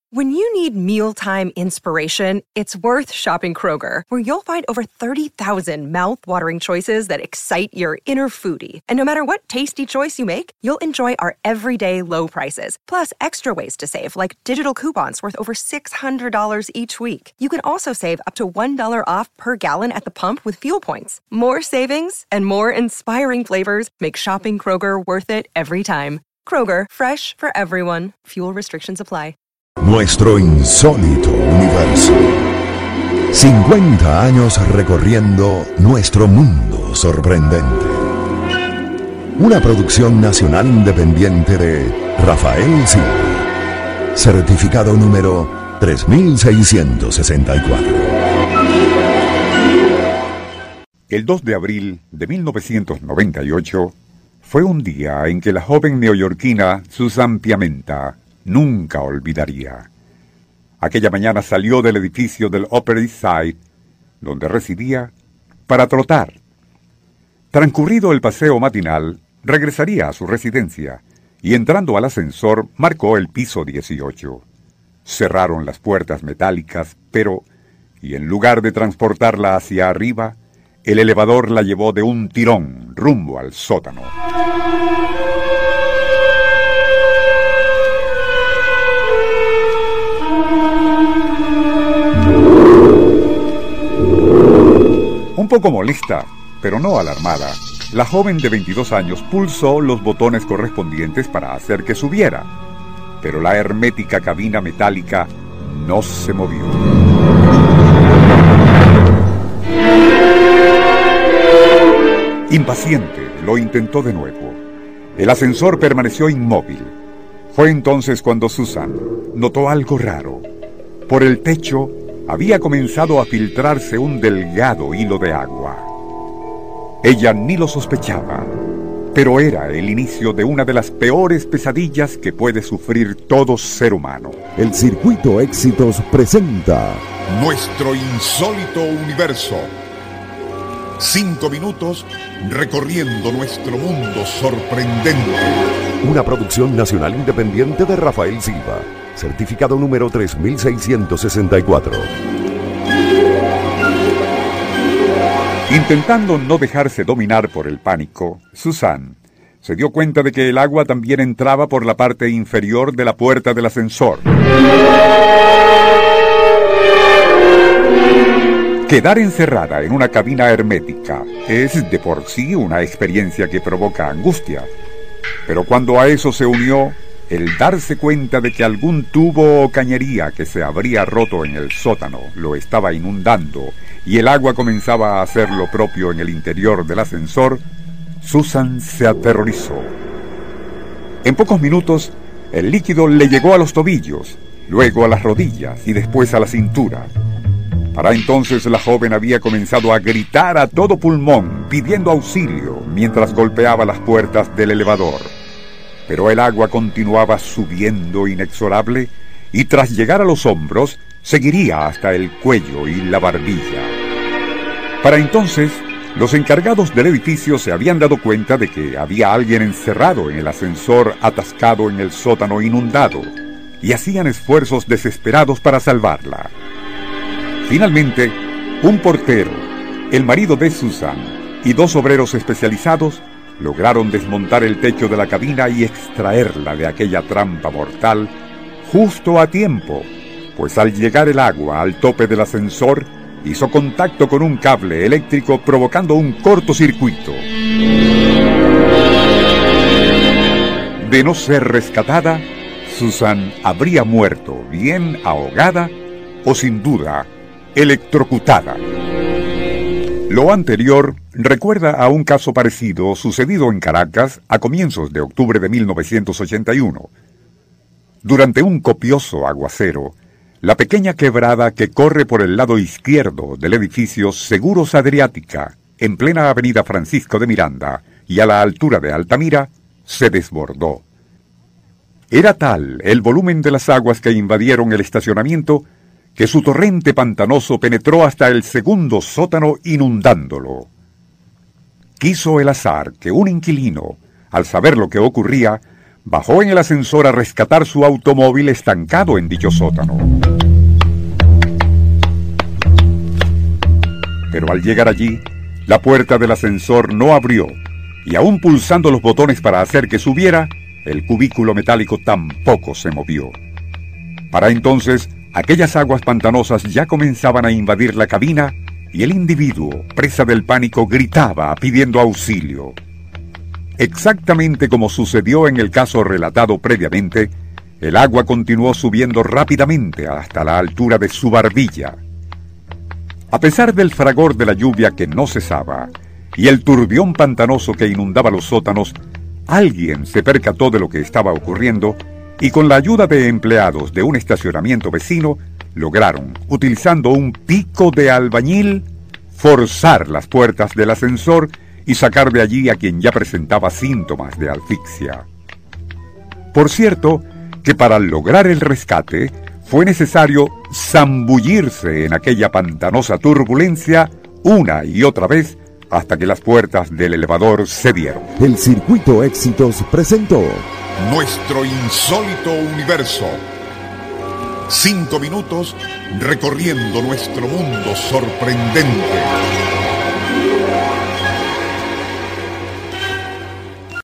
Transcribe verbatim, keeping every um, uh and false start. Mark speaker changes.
Speaker 1: When you need mealtime inspiration, it's worth shopping Kroger, where you'll find over thirty thousand mouth-watering choices that excite your inner foodie. And no matter what tasty choice you make, you'll enjoy our everyday low prices, plus extra ways to save, like digital coupons worth over six hundred dollars each week. You can also save up to one dollar off per gallon at the pump with fuel points. More savings and more inspiring flavors make shopping Kroger worth it every time. Kroger, fresh for everyone. Fuel restrictions apply.
Speaker 2: Nuestro insólito universo. cincuenta años recorriendo nuestro mundo sorprendente. Una producción nacional independiente de Rafael Silva. Certificado número tres mil seiscientos sesenta y cuatro.
Speaker 3: El dos de abril de mil novecientos noventa y ocho fue un día en que la joven neoyorquina Susan Piamenta nunca olvidaría. Aquella mañana salió del edificio del Upper East Side, donde residía, para trotar. Transcurrido el paseo matinal, regresaría a su residencia y, entrando al ascensor, marcó el piso dieciocho. Cerraron las puertas metálicas, pero, y en lugar de transportarla hacia arriba, el elevador la llevó de un tirón rumbo al sótano. Un poco molesta, pero no alarmada, la joven de veintidós años pulsó los botones correspondientes para hacer que subiera, pero la hermética cabina metálica no se movió. Impaciente, lo intentó de nuevo. El ascensor permaneció inmóvil. Fue entonces cuando Susan notó algo raro. Por el techo había comenzado a filtrarse un delgado hilo de agua. Ella ni lo sospechaba, pero era el inicio de una de las peores pesadillas que puede sufrir todo ser humano.
Speaker 2: El Circuito Éxitos presenta
Speaker 4: Nuestro insólito universo. Cinco minutos recorriendo nuestro mundo sorprendente.
Speaker 2: una producción nacional independiente de Rafael Silva. Certificado número tres mil seiscientos sesenta y cuatro.
Speaker 3: Intentando no dejarse dominar por el pánico, Susan se dio cuenta de que el agua también entraba por la parte inferior de la puerta del ascensor. Quedar encerrada en una cabina hermética es de por sí una experiencia que provoca angustia, pero cuando a eso se unió el darse cuenta de que algún tubo o cañería que se habría roto en el sótano lo estaba inundando y el agua comenzaba a hacer lo propio en el interior del ascensor, Susan se aterrorizó. En pocos minutos, el líquido le llegó a los tobillos, luego a las rodillas y después a la cintura. Para entonces la joven había comenzado a gritar a todo pulmón, pidiendo auxilio mientras golpeaba las puertas del elevador. Pero el agua continuaba subiendo inexorable y tras llegar a los hombros, seguiría hasta el cuello y la barbilla. Para entonces, los encargados del edificio se habían dado cuenta de que había alguien encerrado en el ascensor atascado en el sótano inundado y hacían esfuerzos desesperados para salvarla. Finalmente, un portero, el marido de Susan y dos obreros especializados lograron desmontar el techo de la cabina y extraerla de aquella trampa mortal justo a tiempo, pues al llegar el agua al tope del ascensor hizo contacto con un cable eléctrico provocando un cortocircuito. De no ser rescatada, Susan habría muerto bien ahogada o sin duda electrocutada. Lo anterior recuerda a un caso parecido sucedido en Caracas a comienzos de octubre de mil novecientos ochenta y uno. Durante un copioso aguacero, la pequeña quebrada que corre por el lado izquierdo del edificio Seguros Adriática, en plena avenida Francisco de Miranda y a la altura de Altamira, se desbordó. Era tal el volumen de las aguas que invadieron el estacionamiento que su torrente pantanoso penetró hasta el segundo sótano inundándolo. Quiso el azar que un inquilino, al saber lo que ocurría, bajó en el ascensor a rescatar su automóvil estancado en dicho sótano. Pero al llegar allí, la puerta del ascensor no abrió, y aún pulsando los botones para hacer que subiera, el cubículo metálico tampoco se movió. Para entonces, aquellas aguas pantanosas ya comenzaban a invadir la cabina y el individuo, presa del pánico, gritaba pidiendo auxilio. Exactamente como sucedió en el caso relatado previamente, el agua continuó subiendo rápidamente hasta la altura de su barbilla. A pesar del fragor de la lluvia que no cesaba y el turbión pantanoso que inundaba los sótanos, alguien se percató de lo que estaba ocurriendo y con la ayuda de empleados de un estacionamiento vecino, lograron, utilizando un pico de albañil, forzar las puertas del ascensor y sacar de allí a quien ya presentaba síntomas de asfixia. Por cierto, que para lograr el rescate fue necesario zambullirse en aquella pantanosa turbulencia una y otra vez hasta que las puertas del elevador cedieron.
Speaker 2: El Circuito Éxitos presentó
Speaker 4: Nuestro insólito universo. Cinco minutos recorriendo nuestro mundo sorprendente.